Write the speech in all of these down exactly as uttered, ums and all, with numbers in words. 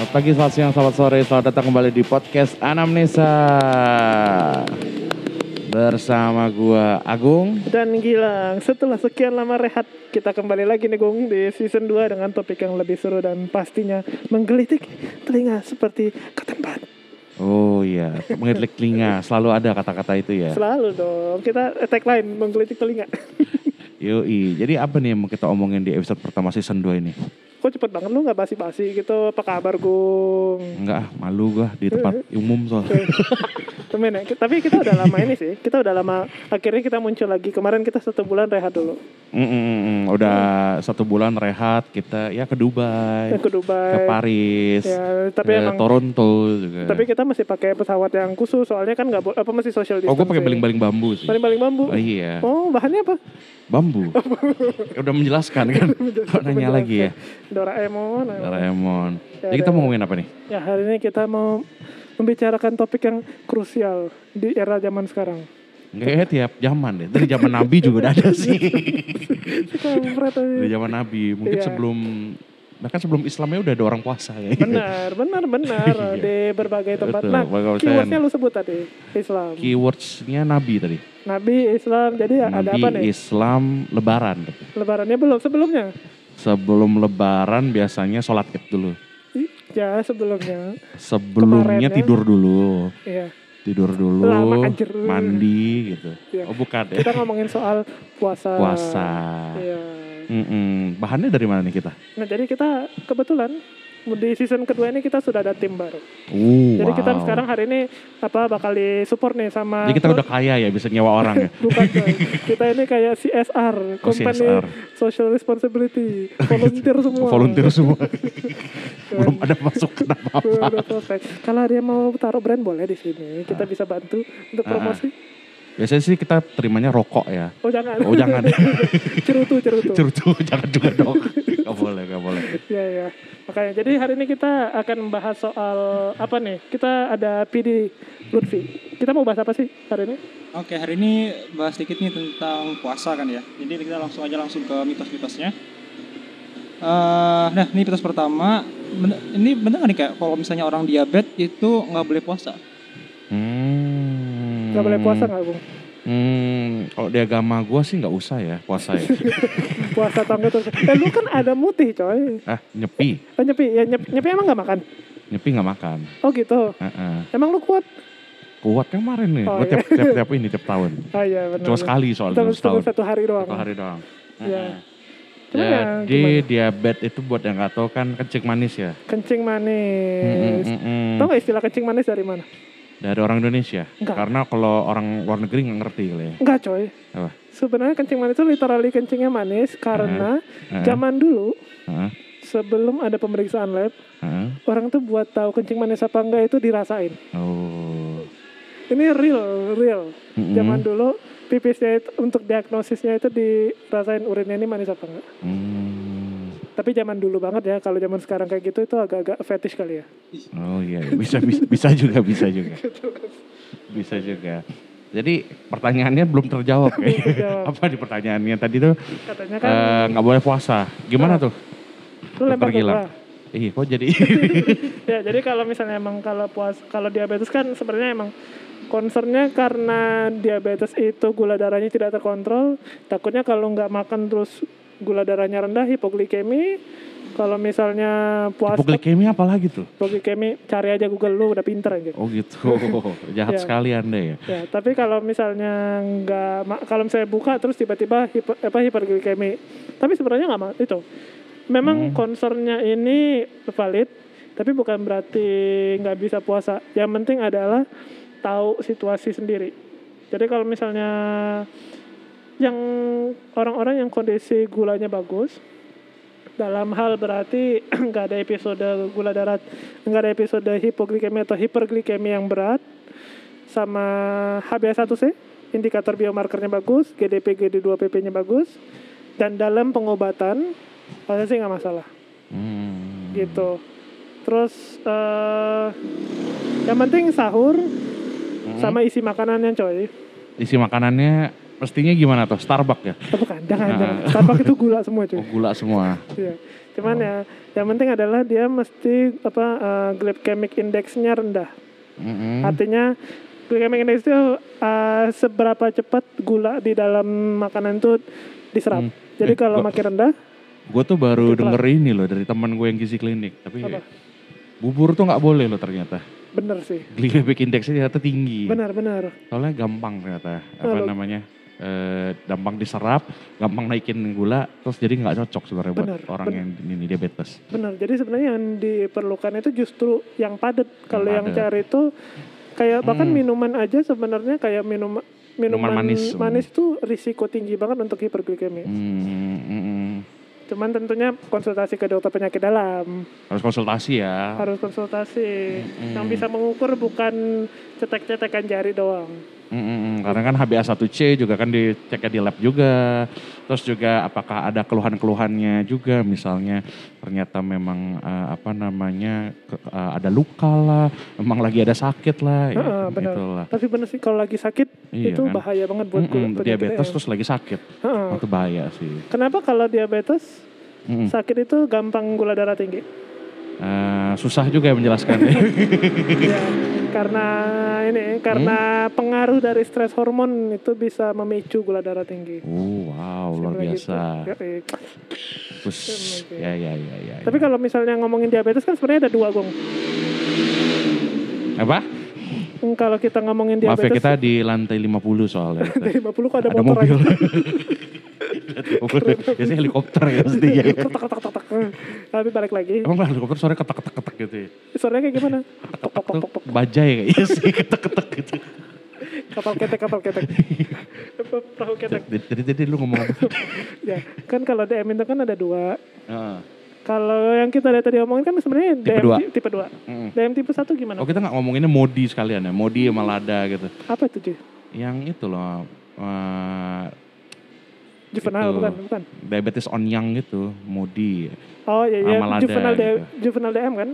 Selamat pagi, selamat siang, selamat sore. Selamat datang kembali di podcast Anamnesa. Bersama gua Agung dan Gilang. Setelah sekian lama rehat, kita kembali lagi nih Gung di season dua dengan topik yang lebih seru dan pastinya menggelitik telinga seperti ketempat. Oh iya, menggelitik telinga. Selalu ada kata-kata itu ya. Selalu dong. Kita tagline menggelitik telinga. Yoi, jadi apa nih yang mau kita omongin di episode pertama season dua ini? Kok cepet banget lu gak basi-basi gitu, apa kabar Gung? Enggak ah, malu gua di tempat umum soalnya. Temen ya, tapi kita udah lama ini sih, kita udah lama, akhirnya kita muncul lagi. Kemarin kita satu bulan rehat dulu. Mm-mm, udah mm. satu bulan rehat, kita ya ke Dubai, ya, ke Dubai, ke Paris, ya, tapi ke emang, Toronto juga. Tapi kita masih pakai pesawat yang khusus, soalnya kan nggak, apa masih social distancing. Oh, gue pakai baling-baling bambu sih. Baling-baling bambu. Oh iya. Oh, bahannya apa? Bambu. Udah menjelaskan kan? Kok nanya lagi ya? Doraemon. Doraemon. Ya, Jadi kita mau ngomongin apa nih? Ya hari ini kita mau membicarakan topik yang krusial di era zaman sekarang. Kayaknya tiap zaman deh. Dari zaman Nabi juga udah ada sih. Dari zaman Nabi. Mungkin ya. sebelum, bahkan sebelum Islamnya udah ada orang puasa ya. Benar, benar, benar. Di berbagai tempat. Betul, nah, keywordsnya lu sebut tadi, Islam. Keywordsnya Nabi tadi. Nabi, Islam, jadi Nabi, ada apa nih? Islam, Lebaran. Lebarannya belum, sebelumnya? Sebelum Lebaran biasanya sholat id dulu. Ya, sebelumnya. Sebelumnya tidur dulu. Iya. Tidur dulu, lama anjir. Mandi gitu. Ya. Oh bukan ya. Kita ngomongin soal puasa. Puasa. Iya. Mm-mm. Bahannya dari mana nih kita? Nah jadi kita kebetulan di season kedua ini kita sudah ada tim baru. Uh, jadi wow. kita sekarang hari ini apa bakal di support nih sama. Jadi kita udah kaya ya, bisa nyewa orang ya. Bukan coy. Kita ini kayak C S R, oh, company C S R. social responsibility, volunteer semua. Volunteer semua. Belum ada masukan apa-apa. Kalau dia mau taruh brand boleh di sini, kita bisa bantu untuk promosi. Uh-huh. Biasanya sih kita terimanya rokok ya. Oh jangan. Oh jangan. cerutu, cerutu. Cerutu, jangan juga dong. Gak boleh, gak boleh. Iya, iya. Makanya jadi hari ini kita akan membahas soal apa nih? Kita ada P D Lutfi. Kita mau bahas apa sih hari ini? Oke, hari ini bahas sedikit nih tentang puasa kan ya. Jadi kita langsung aja langsung ke mitos-mitosnya. Uh, nah, ini mitos pertama. Ben- ini benar nggak nih kayak kalau misalnya orang diabetes itu nggak boleh puasa? Hmm. Nggak boleh puasa nggak, Bung? Hmm, kalau di agama gue sih nggak usah ya puasa ya. Puasa tangga terus. Eh lu kan ada mutih coy. Ah nyepi. Oh, nyepi, ya nyepi, nyepi emang nggak makan? Nyepi nggak makan. Oh gitu. Uh-uh. Emang lu kuat? Kuat kemarin nih. Oh, Gue iya. tiap, tiap tiap ini tiap tahun. Oh iya benar. Cuma sekali soalnya. Cuma satu hari doang. Satu hari doang. Iya. Uh-uh. Jadi ya, diabetes itu buat yang nggak tahu kan kencing manis ya. Kencing manis. Mm, mm, mm. Tahu nggak istilah kencing manis dari mana? Dari orang Indonesia. Enggak. Karena kalau orang luar negeri nggak ngerti kali ya. Enggak coy. Apa? Sebenarnya kencing manis itu literally kencingnya manis karena uh-huh. zaman dulu uh-huh. sebelum ada pemeriksaan lab, uh-huh. orang tuh buat tahu kencing manis apa enggak itu dirasain. Oh. Ini real, real. Mm-hmm. Zaman dulu pipisnya itu untuk diagnosisnya itu dirasain urinnya ini manis apa enggak. Hmm. Tapi zaman dulu banget ya, kalau zaman sekarang kayak gitu itu agak-agak fetish kali ya. Oh iya, bisa bisa, bisa juga, bisa juga. Bisa juga. Jadi pertanyaannya belum terjawab kayaknya. Apa di pertanyaannya tadi tuh? Katanya kan nggak uh, boleh puasa. Gimana nah, tuh? Lu lempar ke gua. Iya, kok jadi? Ya, jadi kalau misalnya emang kalau puas, kalau diabetes kan sebenarnya emang concernnya karena diabetes itu gula darahnya tidak terkontrol. Takutnya kalau nggak makan terus gula darahnya rendah, hipoglikemi. Kalau misalnya puasa hipoglikemi apa lagi tuh? Hipoglikemi cari aja Google, lu udah pinter aja. Oh gitu. Jahat ya. Sekali Anda ya. Ya, tapi kalau misalnya nggak, kalau misalnya buka terus tiba-tiba hipo, apa hipoglikemi. Tapi sebenarnya nggak itu. Memang hmm. concernnya ini valid, tapi bukan berarti nggak bisa puasa. Yang penting adalah tahu situasi sendiri. Jadi kalau misalnya yang orang-orang yang kondisi gulanya bagus, dalam hal berarti nggak ada episode gula darah, nggak ada episode hipoglikemi atau hiperglikemi yang berat, sama H b A satu C, indikator biomarkernya bagus, G D P G D dua P P-nya bagus, dan dalam pengobatan, rasanya sih nggak masalah. Hmm. Gitu. Terus uh, yang penting sahur hmm. sama isi makanannya coy. Isi makanannya Mestinya gimana tuh? Starbucks ya? Oh, bukan, jangan, Nah. jangan. Starbucks itu gula semua cuy. Oh, gula semua. Iya. Cuman ya, yang penting adalah dia mesti apa uh, glycemic index-nya rendah. Mm-mm. Artinya glycemic index itu uh, seberapa cepat gula di dalam makanan itu diserap. Hmm. Jadi Eh, kalau gua- makin rendah, Gue tuh baru Itu denger ini loh dari teman gue yang gizi klinik. Tapi apa? bubur tuh nggak boleh loh ternyata. Bener sih. Glycemic index-nya ternyata tinggi. Benar-benar. Soalnya gampang ternyata. Apa Kalau- namanya? Eh, gampang diserap, gampang naikin gula, terus jadi nggak cocok sebenarnya buat Benar, orang benar. yang ini diabetes. Benar. Jadi sebenarnya yang diperlukan itu justru yang padat. Kalau yang padat. cari itu kayak bahkan Hmm. minuman aja sebenarnya kayak minum minuman Minuman manis. manis itu risiko tinggi banget untuk hiperglikemi. Hmm, mm, mm. Cuman tentunya konsultasi ke dokter penyakit dalam. Harus konsultasi ya. Harus konsultasi. Hmm. Yang bisa mengukur bukan cetek-cetekan jari doang. Mm, mm, mm. Karena kan H b A satu C juga kan diceknya di lab juga. Terus juga apakah ada keluhan-keluhannya juga, misalnya ternyata memang eh, apa namanya ke- eh, ada luka lah, memang lagi ada sakit lah, ya, Heeh, benar. itulah. Tapi bener sih kalau lagi sakit Iya itu kan? bahaya banget buat Mm, gula mm, penyakit diabetes D M. terus lagi sakit, Heeh. oh, itu bahaya sih. Kenapa kalau diabetes Mm, mm. sakit itu gampang gula darah tinggi? Eh, susah juga ya menjelaskannya. Ya, karena ini karena Hmm? pengaruh dari stres hormon itu bisa memicu gula darah tinggi. Oh wow, luar Simpelnya biasa. gitu. Yoi. Terus, Oke. ya ya ya ya. Tapi ya. kalau misalnya ngomongin diabetes kan sebenarnya ada dua gong. apa? Hmm, Kalau kita ngomongin Maaf ya diabetes, kita di lantai lima puluh soalnya. dari lima puluh kok ada, Ada motor mobil. aja. Biasanya helikopter ya mesti ya. Ketak, ketak, ketak, ketak. Tapi balik lagi, Emang helikopter suaranya ketek-ketek gitu ya? suaranya kayak gimana? Pok, pok, pok, Tuh, pok, pok. bajai kayaknya sih, ketek-ketek gitu. Kapal ketek, kapal ketek. Apa, perahu ketek. Jadi tadi lu ngomong apa? Ya, kan kalau D M itu kan ada dua. Heeh. Kalau yang kita dari tadi omongin kan sebenarnya D M Tipe dua. ti- tipe dua. Mm. D M tipe satu gimana? Oh kita nggak ngomonginnya modi sekalian ya, modi sama lada gitu. Apa itu, Ji? Yang itu loh, eh, Juvenile Itu. bukan, bukan. diabetes on young gitu, modi. Oh iya iya, Sama lada juvenile D- gitu. juvenile D M kan?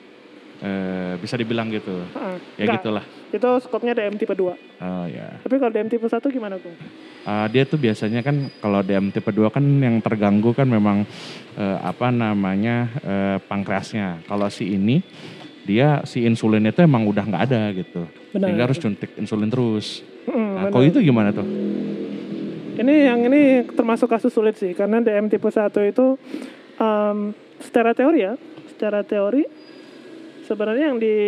Eh, bisa dibilang gitu. Heeh. Ya Enggak, gitulah. Itu skopnya D M tipe dua. Oh ya. Tapi kalau D M tipe satu gimana, Bung? Eh, dia tuh biasanya kan kalau D M tipe dua kan yang terganggu kan memang eh, apa namanya eh, pankreasnya. Kalau si ini dia si insulin itu emang udah nggak ada gitu. Benar. Sehingga harus suntik insulin terus. Mm, Nah, benar. kalau itu gimana tuh? Ini yang ini termasuk kasus sulit sih, karena D M tipe satu itu um, secara teori ya, secara teori sebenarnya yang di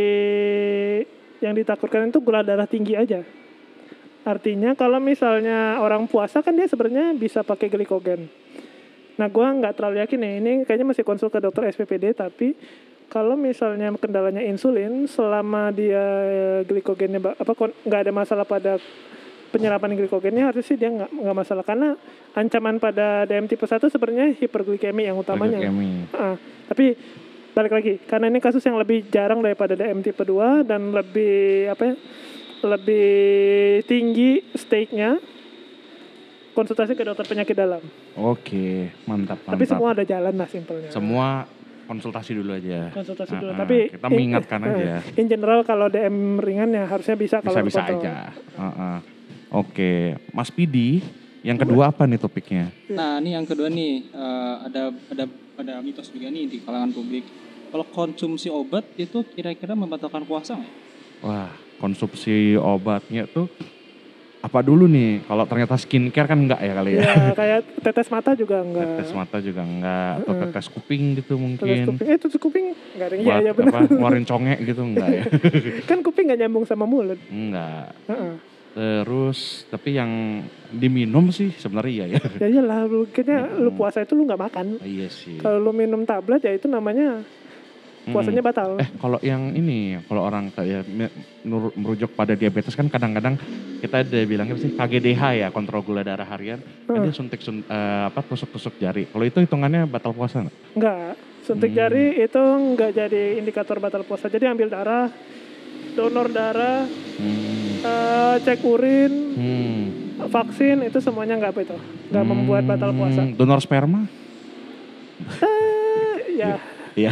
yang ditakutkan itu gula darah tinggi aja. Artinya kalau misalnya orang puasa kan dia sebenarnya bisa pakai glikogen. Nah, gua nggak terlalu yakin nih, ini kayaknya masih konsul ke dokter S P P D, tapi kalau misalnya kendalanya insulin, selama dia eh, glikogennya ba- apa kon- nggak ada masalah pada penyerapan glikogennya, harusnya sih dia nggak nggak masalah, karena ancaman pada D M tipe satu sebenarnya hiperglikemi yang utamanya. Glikemi. Ah, tapi balik lagi, karena ini kasus yang lebih jarang daripada D M tipe dua dan lebih apa ya, lebih tinggi stake-nya, konsultasi ke dokter penyakit dalam. Oke, mantap mantap. Tapi semua ada jalan lah simpelnya. Semua konsultasi dulu aja. Konsultasi dulu. Ah, ah, Tapi kita in- mengingatkan eh, aja. In general kalau D M ringan ya harusnya bisa kalau Bisa-bisa kontrol. aja. Ah, ah. Oke, Mas Pidi, yang kedua apa nih topiknya? Nah, ini yang kedua nih, eh, ada ada ada mitos juga nih di kalangan publik. Kalau konsumsi obat itu kira-kira membatalkan puasa nggak? Wah, konsumsi obatnya tuh apa dulu nih? Kalau ternyata skincare kan enggak ya kali ya? Ya kayak tetes mata juga enggak. Tetes mata juga enggak, atau Heeh. tetes kuping gitu Tetes mungkin. kuping, eh tetes kuping enggak ada. Iya, Buat iya benar. apa, ngeluarin congek gitu enggak ya? Kan kuping enggak nyambung sama mulut. Enggak. Heeh. Terus, tapi yang diminum sih sebenarnya iya ya. Ya iyalah, lu kayaknya lu Mm-mm. puasa itu lu enggak makan. Oh, iya sih. Kalau lu minum tablet ya itu namanya puasanya Mm. batal. Eh, kalau yang ini, kalau orang kayak me- nur- merujuk pada diabetes kan kadang-kadang kita ada bilangnya sih K G D H ya, kontrol gula darah harian. Kan Heeh. dia suntik sun, eh, apa tusuk-tusuk jari. Kalau itu hitungannya batal puasa nggak? Enggak. Suntik Hmm. jari itu enggak jadi indikator batal puasa. Jadi ambil darah, donor darah, Hmm. eh, cek urin, Hmm. vaksin itu semuanya enggak apa itu. Enggak membuat batal puasa. Hmm, Donor sperma? Eh, ya, Iya.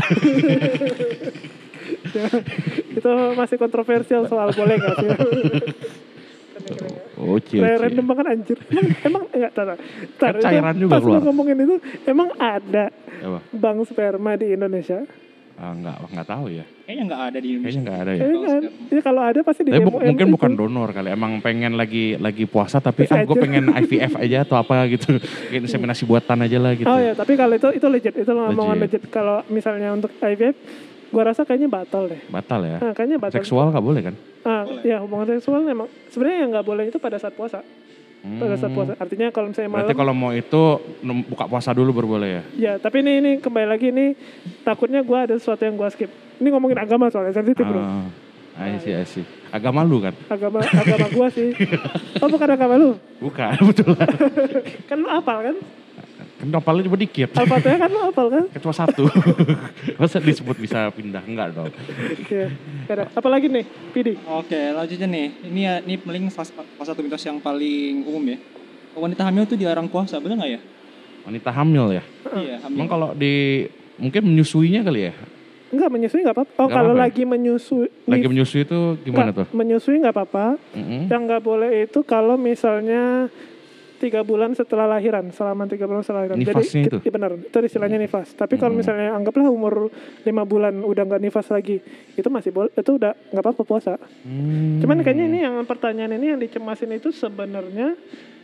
itu masih kontroversial soal boleh nggak sih. Oh, cie, cie. Random banget anjir. Emang, emang enggak tahu. Kan cairan juga pas keluar. lu ngomongin itu, emang ada Apa? bank sperma di Indonesia? Ah, enggak, enggak tahu ya. Kayaknya nggak ada di Indonesia. Kayaknya enggak ada ya. Kayaknya kan, ya kalau ada pasti di Tapi demo bu- mungkin itu. bukan donor kali. Emang pengen lagi lagi puasa tapi Terus ah gue aja. pengen I V F aja atau apa gitu. Kayak inseminasi buatan aja lah gitu. Oh ya, tapi kalau itu itu legit, itu ngomongan Legit. legit. Kalau misalnya untuk I V F, gua rasa kayaknya batal deh. Batal ya. Nah, kayaknya batal. Seksual nggak boleh kan? Ah, ya hubungan seksual memang sebenarnya yang nggak boleh itu pada saat puasa. Pada saat puasa. Artinya kalau misalnya malam. Berarti kalau mau itu num- buka puasa dulu baru boleh ya? Ya, tapi ini ini kembali lagi ini takutnya gua ada sesuatu yang gua skip. Ini ngomongin agama soalnya sensitif bro. Ah, I see, I see. Agama lu kan? Agama agama gua sih. Oh bukan agama lu? Bukan, betul lah. Kan lu apal kan? Kan kapalnya cuma dikit. Al-Fatihah kan lu apal kan? Kan cuma satu. Masa disebut bisa pindah? Enggak dong. Iya. Ada. Apalagi nih, Pidi? Oke, lanjutnya nih. Ini ya, ini paling salah salah satu mitos yang paling umum ya. Wanita hamil tuh dilarang puasa, benar nggak ya? Wanita hamil ya? Iya, hamil. Emang kalau di mungkin menyusuinya kali ya? Enggak, menyusui enggak apa-apa. Oh, Nggak kalau apa-apa ya? lagi menyusui Lagi menyusui itu gimana Nggak, tuh? menyusui enggak apa-apa. Mm-mm. Yang enggak boleh itu kalau misalnya tiga bulan setelah lahiran, selama tiga bulan setelah lahiran. Nifasnya Jadi itu? iya benar, itu istilahnya nifas. Tapi kalau Hmm. misalnya anggaplah umur lima bulan udah nggak nifas lagi, itu masih boleh, itu udah nggak apa-apa puasa. Hmm. Cuman kayaknya ini yang pertanyaan ini yang dicemasin itu sebenarnya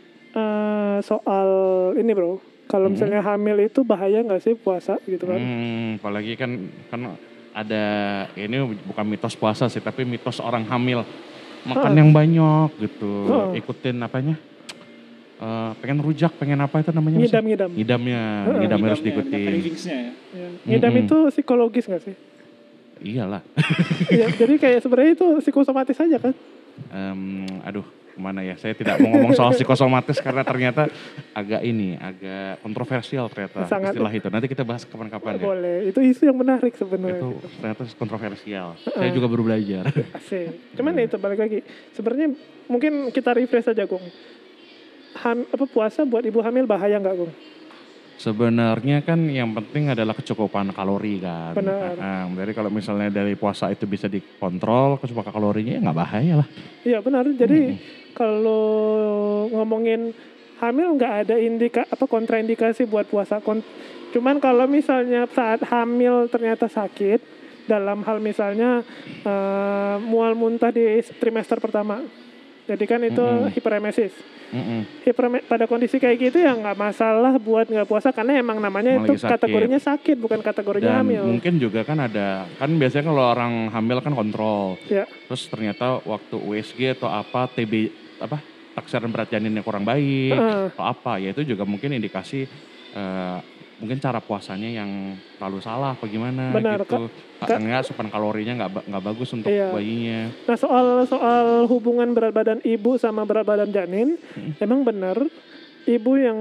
eh, soal ini bro. Kalau misalnya hamil itu bahaya nggak sih puasa gitu kan? Hmm, apalagi kan kan ada ini bukan mitos puasa sih, tapi mitos orang hamil makan Ah. yang banyak gitu, Ah. ikutin apanya? Eh, pengen rujak, pengen apa itu namanya? Ngidam ngidam. Ngidamnya, Ah. ngidam harus Ngidamnya, diikutin. cravings-nya ya. Ya. Ngidam Mm-mm. itu psikologis nggak sih? Iyalah. Ya, jadi kayak sebenarnya itu psikosomatis aja kan? Em, aduh, kemana ya? Saya tidak mau ngomong soal psikosomatis karena ternyata agak ini, agak kontroversial ternyata Sangat. istilah itu. Nanti kita bahas kapan-kapan ya. Boleh. Itu isu yang menarik sebenarnya. Itu ternyata kontroversial. Saya juga baru belajar. Asik. Cuman ya itu balik lagi. Sebenarnya mungkin kita refresh aja, Gung. Ham, apa puasa buat ibu hamil bahaya nggak, Gung? Sebenarnya kan yang penting adalah kecukupan kalori kan. Benar. Nah, jadi kalau misalnya dari puasa itu bisa dikontrol kecukupan kalorinya ya nggak bahaya lah. Iya benar. Jadi kalau ngomongin hamil nggak ada indika apa kontraindikasi buat puasa. Kon- Cuman kalau misalnya saat hamil ternyata sakit dalam hal misalnya eh, mual muntah di trimester pertama. Jadi kan itu Mm-mm. hiperemesis. Mm-mm. Hiperme- pada kondisi kayak gitu ya nggak masalah buat nggak puasa karena emang namanya Emang itu lagi sakit. kategorinya sakit bukan kategorinya Dan hamil. mungkin juga kan ada, kan biasanya kalau orang hamil kan kontrol. Ya. Terus ternyata waktu U S G atau apa, T B, apa, takaran berat janinnya kurang baik, Heeh. atau apa, ya itu juga mungkin indikasi eh, mungkin cara puasanya yang terlalu salah apa gimana Benar, gitu. Kak. Karena asupan kalorinya nggak ba- nggak bagus untuk Iya. bayinya. Nah soal soal hubungan berat badan ibu sama berat badan janin, Hmm. emang benar ibu yang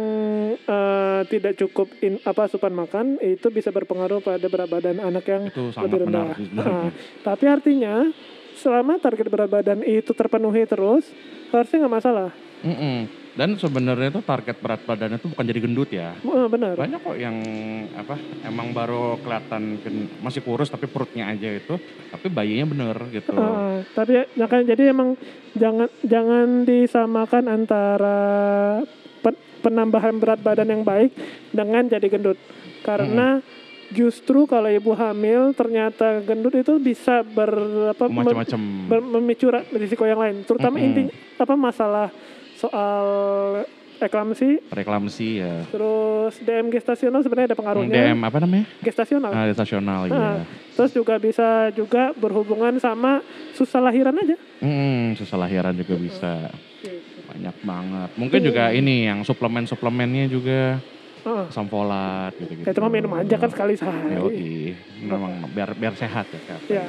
eh, tidak cukup in, apa asupan makan itu bisa berpengaruh pada berat badan anak yang Itu sangat lebih rendah. benar sih sebenarnya. Nah, tapi artinya selama target berat badan itu terpenuhi terus, harusnya nggak masalah. Mm-mm. Dan sebenarnya itu target berat badannya itu bukan jadi gendut ya. Eh, benar. Banyak kok yang apa emang baru kelihatan gen- masih kurus tapi perutnya aja itu, tapi bayinya bener gitu. Eh, tapi ya kan jadi emang jangan jangan disamakan antara pe- penambahan berat badan yang baik dengan jadi gendut. Karena justru kalau ibu hamil ternyata gendut itu bisa ber apa mem- Macam-macam. ber- memicu ra- risiko yang lain. Terutama Mm-mm. inti apa masalah soal eklamsi, Reklamasi ya. terus D M gestasional sebenarnya ada D pengaruhnya. M apa namanya? Gestasional. Ah, gestasional Ah, ya. terus juga bisa juga berhubungan sama susah lahiran aja. Hmm, susah lahiran juga bisa. Gitu. Banyak banget. Mungkin juga ini yang suplemen-suplemennya juga Ah, asam folat gitu-gitu. kayak cuma minum aja kan sekali sehari. Yoi. Memang biar biar sehat ya. Sehat. Ya.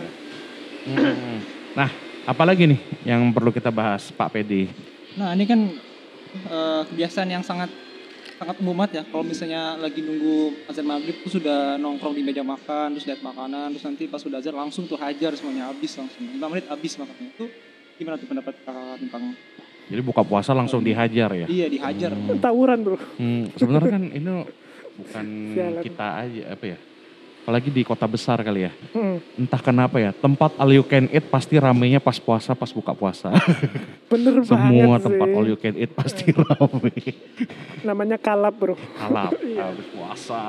Hmm. Nah, apalagi nih yang perlu kita bahas Pak Pedi? Nah ini kan eh, kebiasaan yang sangat sangat umum banget ya. Kalau misalnya lagi nunggu azan maghrib tuh sudah nongkrong di meja makan, terus lihat makanan, terus nanti pas sudah azan langsung tuh hajar semuanya habis langsung. lima menit habis makannya. Itu gimana tuh pendapat kakak tentang? Jadi buka puasa langsung dihajar ya? Iya dihajar. Tawuran bro. Hmm, sebenarnya kan ini bukan Sialan. kita aja apa ya? apalagi di kota besar kali ya. Hmm. Entah kenapa ya, tempat all you can eat pasti ramenya pas puasa, pas buka puasa. Bener Semua banget tempat sih. all you can eat pasti rame. Namanya kalap bro. Kalap, Iya. habis puasa,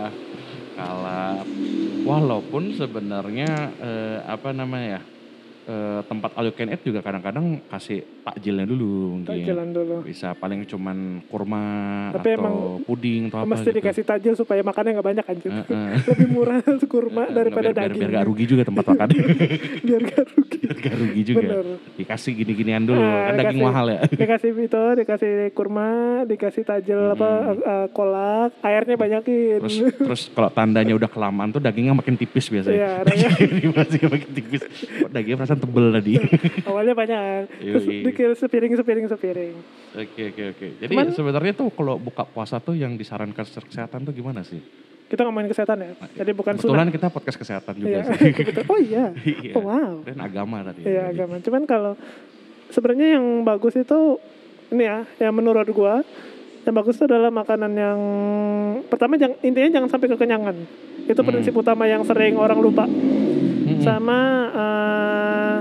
kalap. Walaupun sebenarnya eh, apa namanya ya, eh, tempat all you can eat juga kadang-kadang kasih takjilnya dulu mungkin. Takjilan dulu. Bisa paling cuman kurma Tapi atau emang puding atau apa Mesti gitu. dikasih takjil supaya makannya nggak banyak anjir. Heeh. Lebih murah kurma daripada biar, biar, daging. biar gak rugi juga tempat makan. Biar gak rugi. Biar gak rugi juga. Bener. Dikasih gini-ginian dulu, Nah, kan daging dikasih- mahal ya. Dikasih itu, dikasih kurma, dikasih tajil apa uh, kolak, airnya banyakin. Terus terus kalau tandanya udah kelamaan tuh dagingnya makin tipis Iya, biasanya. dagingnya. Ini masih makin tipis. Kok dagingnya perasaan tebel tadi. Awalnya banyak. Terus Yoi. dikira sepiring sepiring sepiring. Oke oke oke. Jadi Cuman- sebenarnya tuh kalau buka puasa tuh yang disarankan secara kesehatan tuh gimana sih? Kita ngomongin kesehatan ya. Jadi bukan Kebetulan sunnah. kita podcast kesehatan juga Iya, sih. kebetulan. Oh iya. Iya. Oh wow. Dan agama tadi. Iya agama. Cuman kalau sebenarnya yang bagus itu ini ya, yang menurut gua yang bagus itu adalah makanan yang pertama jangan intinya jangan sampai kekenyangan. Itu Hmm. prinsip utama yang sering orang lupa. Mm-mm. Sama eh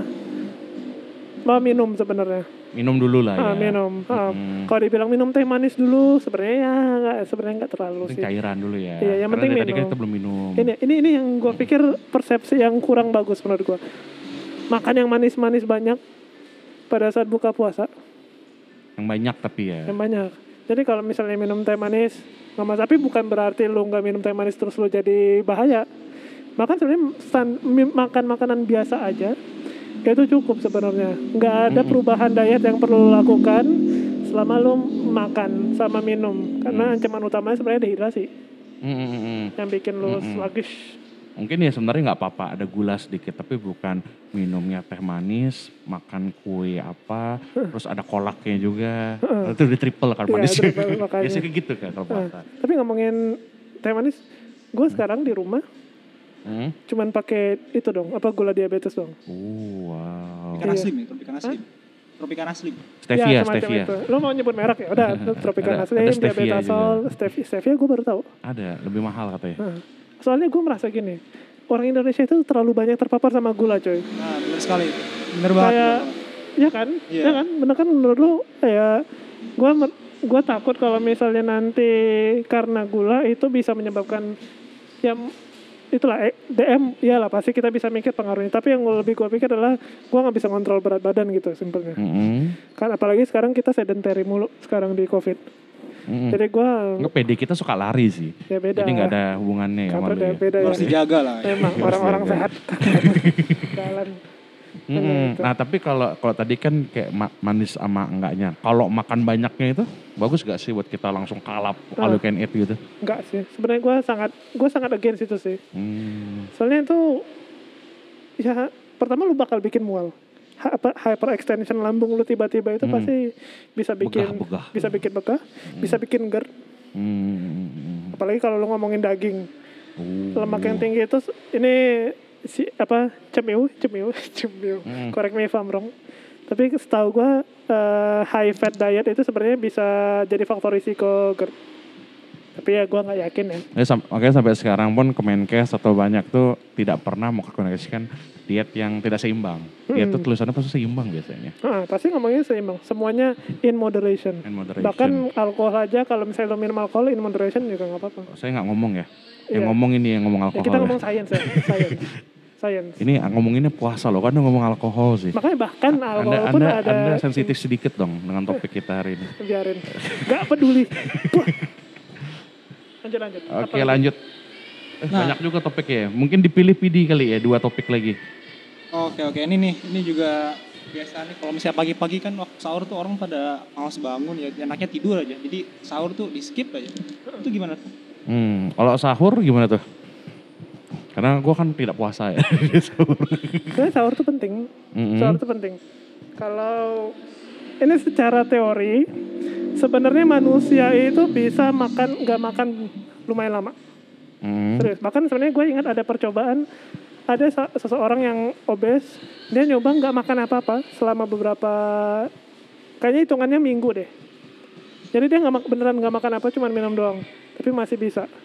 mau minum sebenarnya. Minum dulu lah Ah, ya. minum. Ah, Mm-mm. Kalau dibilang minum teh manis dulu, sebenarnya ya nggak sebenarnya nggak terlalu Penting sih. cairan dulu ya. Iya, yang Karena penting dari tadi kan minum. kita belum minum. Ini ini ini yang gue pikir persepsi yang kurang bagus menurut gue. Makan yang manis-manis banyak pada saat buka puasa, Yang banyak tapi ya. yang banyak. Jadi kalau misalnya minum teh manis, nggak masalah. Tapi bukan berarti lu nggak minum teh manis terus lu jadi bahaya. Makan sebenarnya stand- mi- makan makanan biasa aja, itu cukup sebenarnya. Nggak ada Mm-mm. perubahan diet yang perlu lu lakukan selama lu makan sama minum. Karena Mm. ancaman utamanya sebenarnya dehidrasi Mm-mm-mm. yang bikin lu Mm-mm. sluggish. Mungkin ya sebenarnya nggak apa-apa ada gula sedikit, tapi bukan minumnya teh manis, makan kue apa, terus ada kolaknya juga. Itu di triple kan Iya, manisnya. triple makanya. Biasanya kayak gitu kan kalau Nah, puasa. tapi ngomongin teh manis, gue sekarang di rumah Hmm? cuman pakai itu dong, apa gula diabetes dong. Oh, wow. Tropicana Iya. Slim ya, Tropicana Slim. Tropicana Slim. Stevia, Ya, semacam stevia. itu. Lo mau nyebut merek ya? Udah, Tropicana Ada- Slim, ada stevia diabetasol, stevia, stevia gue baru tahu. Ada, lebih mahal katanya. Nah, soalnya gue merasa gini, orang Indonesia itu terlalu banyak terpapar sama gula coy. Nah, benar sekali. Benar banget. Kayak, benar banget. ya kan? Iya. Ya kan? Bener kan menurut lo, kayak gue gue takut kalau misalnya nanti karena gula itu bisa menyebabkan ya itulah eh, D M iyalah pasti kita bisa mikir pengaruhnya, tapi yang lebih gue pikir adalah gue nggak bisa kontrol berat badan gitu simpelnya. Mm-mm. Kan apalagi sekarang kita sedentary mulu sekarang di COVID. Mm-mm. Jadi gue Nggak, P D kita suka lari sih. ya beda. Jadi nggak ada hubungannya ya sama Kabar lu ya, ya. beda ya. Harus dijaga lah. Ya. Emang Harus orang-orang jaga. sehat jalan. Mm-mm. Gitu. Nah tapi kalau kalau tadi kan kayak ma- manis sama enggaknya. Kalau makan banyaknya itu bagus gak sih buat kita langsung kalap Ah. all you can eat gitu? Enggak sih. Sebenarnya gue sangat gue sangat against itu sih. Hmm. Soalnya itu ya pertama lu bakal bikin mual. Ha, apa hyperextension lambung lu tiba-tiba itu Hmm. pasti bisa bikin Begah-begah. bisa bikin begah, bisa bikin GERD. Hmm. Apalagi kalau lu ngomongin daging. Oh. Lemak yang tinggi itu ini si apa cemiu, cemiu, cemiu. Hmm. Correct me if I'm wrong. Tapi setahu gua eh, high fat diet itu sebenarnya bisa jadi faktor risiko GERD. Tapi ya gua nggak yakin ya. Ya, sam- makanya sampai sekarang pun Kemenkes atau banyak tuh tidak pernah mengkomunikasikan diet yang tidak seimbang. Diet Hmm. tuh tulisannya pasti seimbang biasanya. Ah, pasti ngomongnya seimbang. Semuanya in moderation. In moderation. Bahkan alkohol aja kalau misalnya lo minum alkohol in moderation juga nggak apa-apa. Saya nggak ngomong ya. Yang Iya. ngomong ini yang ngomong Ya, alkohol. kita ya. ngomong science ya, science. Science. Ini ngomonginnya puasa loh, kan ngomong alkohol sih. Makanya bahkan alkohol Anda, pun anda, ada anda sensitif sedikit dong dengan topik kita hari ini. biarin. Gak peduli. Wah. Lanjut lanjut. Apa Oke lagi? lanjut. Eh, Nah. Banyak juga topiknya ya. Mungkin dipilih P D kali ya, dua topik lagi. Oke oke ini nih ini juga biasa nih kalau misalnya pagi-pagi kan waktu sahur tuh orang pada malas bangun ya enaknya tidur aja jadi sahur tuh di skip aja itu gimana tuh? Hmm, kalau sahur gimana tuh? Karena gue kan tidak puasa ya. Sahur. Sebenarnya sahur itu penting. Mm-mm. Sahur itu penting. Kalau ini secara teori sebenarnya manusia itu bisa makan nggak makan lumayan lama. Mm. Serius. Bahkan sebenarnya gue ingat ada percobaan ada sa- seseorang yang obes, dia nyoba nggak makan apa-apa selama beberapa, kayaknya hitungannya minggu deh. Jadi dia nggak mak- beneran nggak makan apa, cuma minum doang, tapi masih bisa.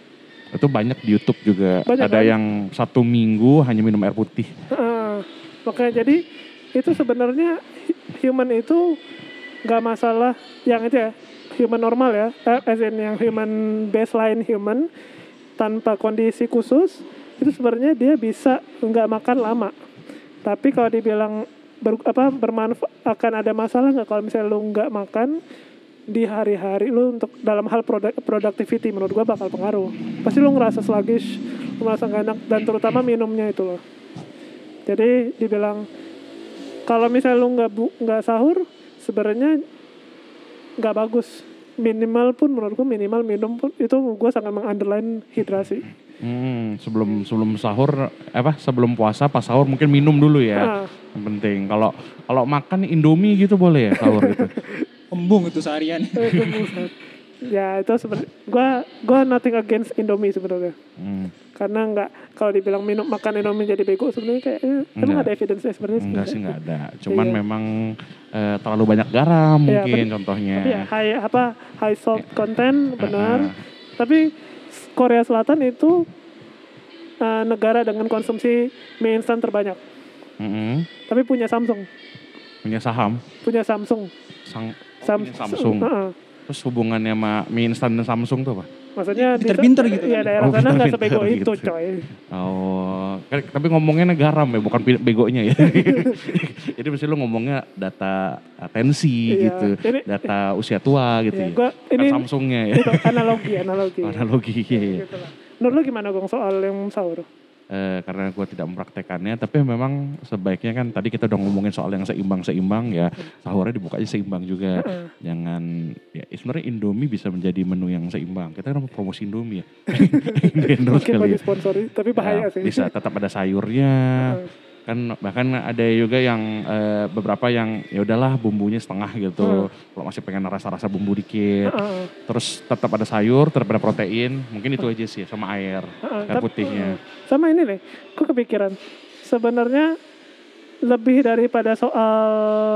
Itu banyak di YouTube juga. Banyak, Ada kan? yang satu minggu hanya minum air putih. Uh, makanya jadi itu sebenarnya human itu nggak masalah yang itu ya human normal ya, eh, as in yang human baseline human tanpa kondisi khusus itu sebenarnya dia bisa nggak makan lama. Tapi kalau dibilang ber, apa bermanfaat akan ada masalah nggak kalau misalnya lu nggak makan di hari-hari lu untuk dalam hal produk, productivity menurut gua bakal pengaruh. Pasti lu ngerasa sluggish, lu merasa gak enak dan terutama minumnya itu loh. Jadi dibilang kalau misalnya lu nggak bu, nggak sahur sebenarnya nggak bagus. Minimal pun menurut gua minimal minum pun itu gua sangat mengunderline hidrasi. Hmm, sebelum sebelum sahur apa sebelum puasa pas sahur mungkin minum dulu ya. Nah. Yang penting. Kalau kalau makan Indomie gitu boleh ya sahur gitu. Embung itu seharian. Ya itu sebenarnya gue gue nothing against Indomie sebenarnya. Hmm. Karena nggak kalau dibilang minum makan Indomie jadi bego sebenarnya kayak eh, emang ada evidence-nya sebenarnya. Enggak sih nggak ada. Cuman Iya. memang eh, terlalu banyak garam Iya, mungkin ben- contohnya. Tapi ya high apa high salt content benar. Uh-uh. Tapi Korea Selatan itu uh, negara dengan konsumsi mie instan terbanyak. Mm-mm. Tapi punya Samsung, Punya saham punya Samsung. Sang Sam- punya Samsung. Uh-uh. Terus hubungannya sama mie instan dan Samsung tuh apa? Maksudnya di- Pinter-pinter gitu Iya kan? daerah Oh, sana nggak pinter-pinter sebego itu gitu. coy. Oh, kan- tapi ngomongnya garam ya, bukan pi- begonya ya. Jadi mesti lu ngomongnya data atensi Iya, gitu, ini- data usia tua gitu Iya, ya. gua- Bukan ini- Samsungnya ya. Itu analogi analogi. Analogi. Gitu lah. Menurut lu gimana Gong soal yang sahur? Eh, karena gue tidak mempraktekannya, tapi memang sebaiknya kan tadi kita udah ngomongin soal yang seimbang-seimbang ya, sahurnya dibukanya seimbang juga. Heeh. Jangan, ya sebenarnya Indomie bisa menjadi menu yang seimbang. Kita kan promosi Indomie ya. Di-endorse Mungkin kali bagi ya. sponsori, tapi Ya, bahaya sih. bisa tetap ada sayurnya. Heeh. Kan bahkan ada juga yang eh, beberapa yang ya udahlah bumbunya setengah gitu. Kalau masih pengen rasa-rasa bumbu dikit. Heeh. Terus tetap ada sayur, tetap ada protein. Mungkin itu aja sih sama air, Heeh, air tapi- putihnya. heeh. Sama ini deh, gue kepikiran. Sebenarnya lebih daripada soal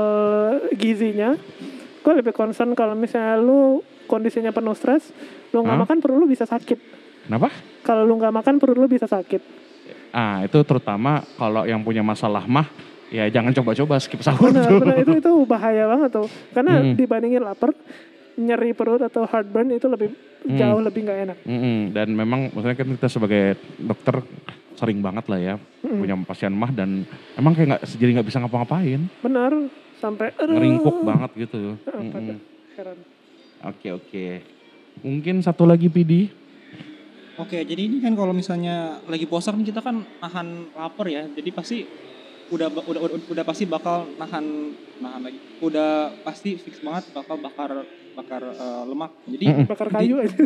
gizinya, gue lebih concern kalau misalnya lu kondisinya penuh stres, lu nggak Hah? makan perut lu bisa sakit. Kenapa? Kalau lu nggak makan perut lu bisa sakit. Ah, itu terutama kalau yang punya masalah mah ya jangan coba-coba skip sahur Benar, tuh. benar itu itu bahaya banget tuh. Karena Hmm. dibandingin lapar, nyeri perut atau heartburn itu lebih Hmm. jauh lebih nggak enak. Mm-mm. Dan memang maksudnya kan kita sebagai dokter sering banget lah ya punya pasien mah dan emang kayak nggak jadi nggak bisa ngapa-ngapain, Benar, sampai aduh. ngeringkuk banget gitu. Heeh, Mm-mm. pada heran. Oke oke. Mungkin satu lagi Pidi. Oke, jadi ini kan kalau misalnya lagi puasa kan kita kan nahan lapar ya. Jadi pasti udah udah udah, udah pasti bakal nahan nahan lagi. Udah pasti fix banget bakal bakar bakar eh, lemak. Jadi Mm-mm. Bakar kayu aja.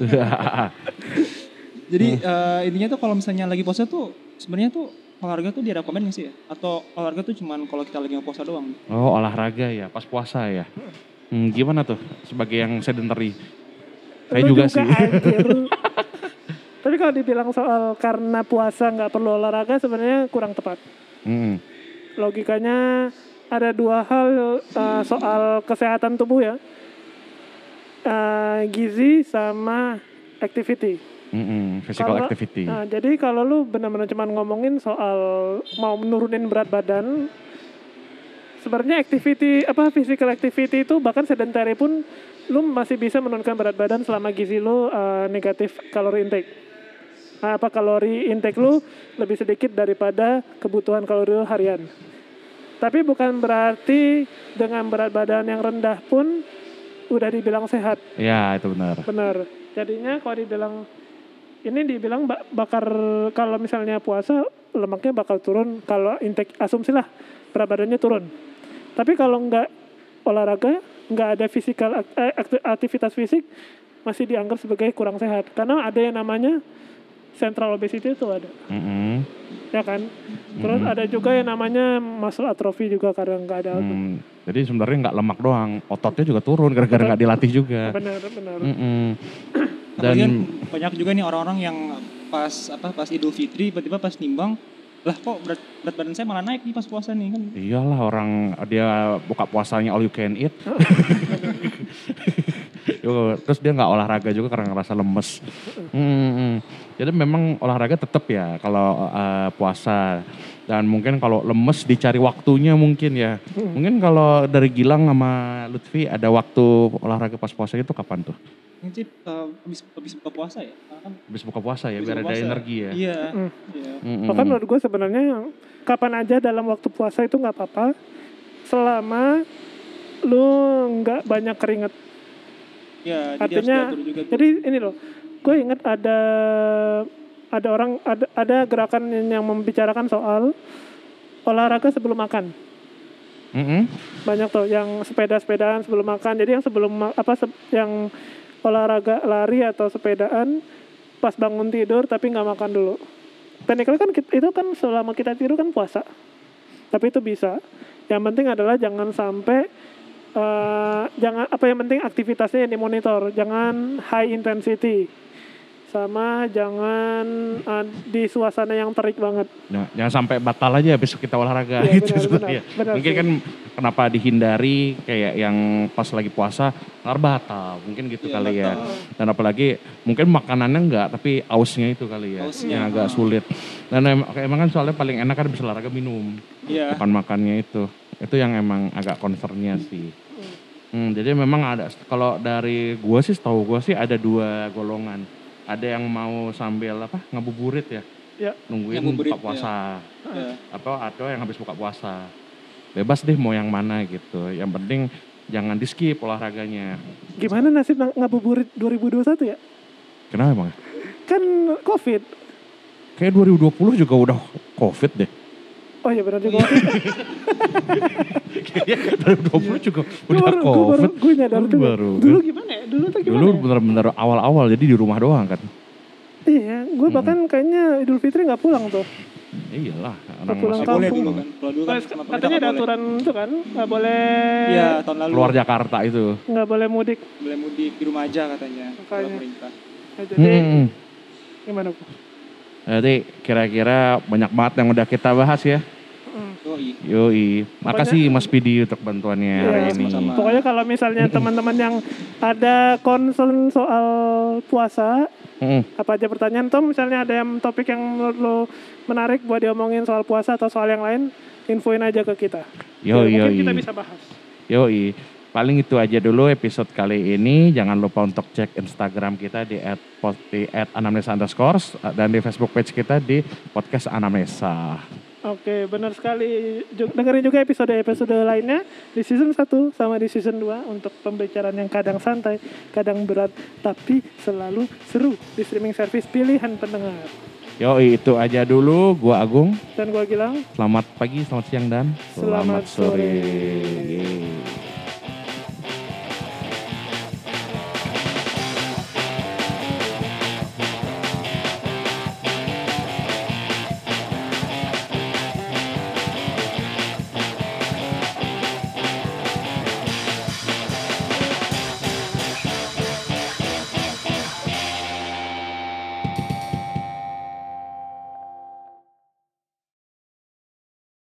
jadi eh, intinya tuh kalau misalnya lagi puasa tuh sebenarnya tuh olahraga tuh direkomen nggak sih ya? Atau olahraga tuh cuman kalau kita lagi nggak puasa doang? Oh olahraga ya pas puasa ya. Hmm, gimana tuh sebagai yang sedentary? Saya Lu juga, sih. anjir. Tapi kalau dibilang soal karena puasa nggak perlu olahraga sebenarnya kurang tepat. Mm-mm. Logikanya ada dua hal uh, soal kesehatan tubuh ya. Uh, gizi sama activity. Mm-mm. Physical Kalau- activity. Nah, jadi kalau lu benar-benar cuma ngomongin soal mau menurunin berat badan, sebenarnya activity apa physical activity itu bahkan sedentary pun lu masih bisa menurunkan berat badan selama gizi lu uh, negatif kalori intake. Nah, apa kalori intake lu lebih sedikit daripada kebutuhan kalori lu harian. Tapi bukan berarti dengan berat badan yang rendah pun udah dibilang sehat. Ya itu benar. Benar. Jadinya kalau dibilang ini dibilang ba- bakar kalau misalnya puasa lemaknya bakal turun kalau intake asumsi lah berat badannya turun. Tapi kalau nggak olahraga, nggak ada physical ak- eh, akti- aktivitas fisik masih dianggap sebagai kurang sehat karena ada yang namanya central obesity itu ada, Mm-mm. ya kan? Terus ada juga yang namanya muscle atrophy juga karena nggak ada otot. Hmm, jadi sebenarnya nggak lemak doang, ototnya juga turun gara-gara nggak dilatih juga. Benar, benar. Mm-mm. Apalagi kan Dan banyak juga nih orang-orang yang pas apa pas Idul Fitri tiba-tiba pas nimbang, lah kok berat, berat badan saya malah naik nih pas puasa nih kan. iyalah orang dia buka puasanya all you can eat. Ya Tuh, terus dia nggak olahraga juga karena ngerasa lemes. Hmm, hmm. Jadi memang olahraga tetap ya kalau uh, puasa. Dan mungkin kalau lemes dicari waktunya mungkin ya. Mungkin kalau dari Gilang sama Lutfi ada waktu olahraga pas puasa itu kapan tuh? Ini uh, habis habis buka puasa ya? Karena kan Habis buka puasa ya habis biar buka ada puasa. energi ya. Iya. Mm. Iya. Mm-mm. Bahkan menurut gue sebenarnya kapan aja dalam waktu puasa itu nggak apa-apa, selama lu nggak banyak keringet. Ya, jadi Artinya, harus diatur juga tuh. jadi ini loh, gue inget ada ada orang ada ada gerakan yang membicarakan soal olahraga sebelum makan. Mm-mm. Banyak tuh yang sepeda-sepedaan sebelum makan. Jadi yang sebelum ma- apa se- yang olahraga lari atau sepedaan pas bangun tidur tapi nggak makan dulu. Technically kan kit- itu kan selama kita tidur kan puasa. Tapi itu bisa. Yang penting adalah jangan sampai eh, jangan apa yang penting aktivitasnya yang dimonitor. Jangan high intensity. Sama jangan uh, di suasana yang terik banget. Nah, jangan sampai batal aja besok kita olahraga Iya, gitu benar, sebenarnya. benar, benar Mungkin sih. kan kenapa dihindari kayak yang pas lagi puasa ntar batal, mungkin gitu Iya, kali ya. batal. Dan apalagi mungkin makanannya enggak tapi ausnya itu kali ya Ausnya, yang agak ah. sulit. Dan em- emang kan soalnya paling enak kan bisa olahraga minum, Iya. bukan makannya itu. Itu yang emang agak concernnya sih. Hmm, jadi memang ada kalau dari gua sih setahu gua sih ada dua golongan. Ada yang mau sambil apa ngabuburit ya, Ya. nungguin Ngabuburit, buka puasa, Ya. atau atau yang habis buka puasa. Bebas deh mau yang mana gitu. Yang penting jangan di skip olahraganya. Gimana nasib ng- ngabuburit dua ribu dua puluh satu ya? Kenapa emang? Kan Covid. Kayak dua ribu dua puluh juga udah Covid deh. Oh iya benar juga. Kayaknya dua ribu dua puluh juga Gue udah baru, gue baru, Covid. gue nyadar Oh, juga. baru. Dulu gimana ya? Dulu tuh gimana Dulu ya? bener-bener awal-awal jadi di rumah doang kan. Iya, gue bahkan kayaknya Idul Fitri nggak pulang tuh. Iyalah, orang pulang masih kampung. Boleh dulu kan. Kalau dulu kan Terus sama katanya pemerintah ada nggak boleh. aturan itu kan, nggak boleh, Iya, tahun lalu. keluar Jakarta itu. nggak boleh mudik. Boleh mudik di rumah aja katanya. Kalau Makanya. pemerintah. Nah, jadi Hmm. gimana Bu? Jadi kira-kira banyak banget yang udah kita bahas ya. Mm. Yoi. Yoi, makasih Mas Pidi untuk bantuannya Iya, hari ini. sama-sama. Pokoknya kalau misalnya teman-teman yang ada concern soal puasa, Mm. apa aja pertanyaan, Tom misalnya ada yang topik yang menurut lo menarik buat diomongin soal puasa atau soal yang lain, infoin aja ke kita. Yo Ya, yo mungkin kita bisa bahas. Yoi. Paling itu aja dulu episode kali ini. Jangan lupa untuk cek Instagram kita di at, di at anamnesa underscore dan di Facebook page kita di podcast anamnesa. Oke, benar sekali. Ju- Dengerin juga episode-episode lainnya di season satu sama di season dua untuk pembicaraan yang kadang santai, kadang berat, tapi selalu seru di streaming service pilihan pendengar. Yoi, itu aja dulu. Gua Agung. Dan gua Gilang, Selamat pagi, selamat siang, dan Selamat sore. sore.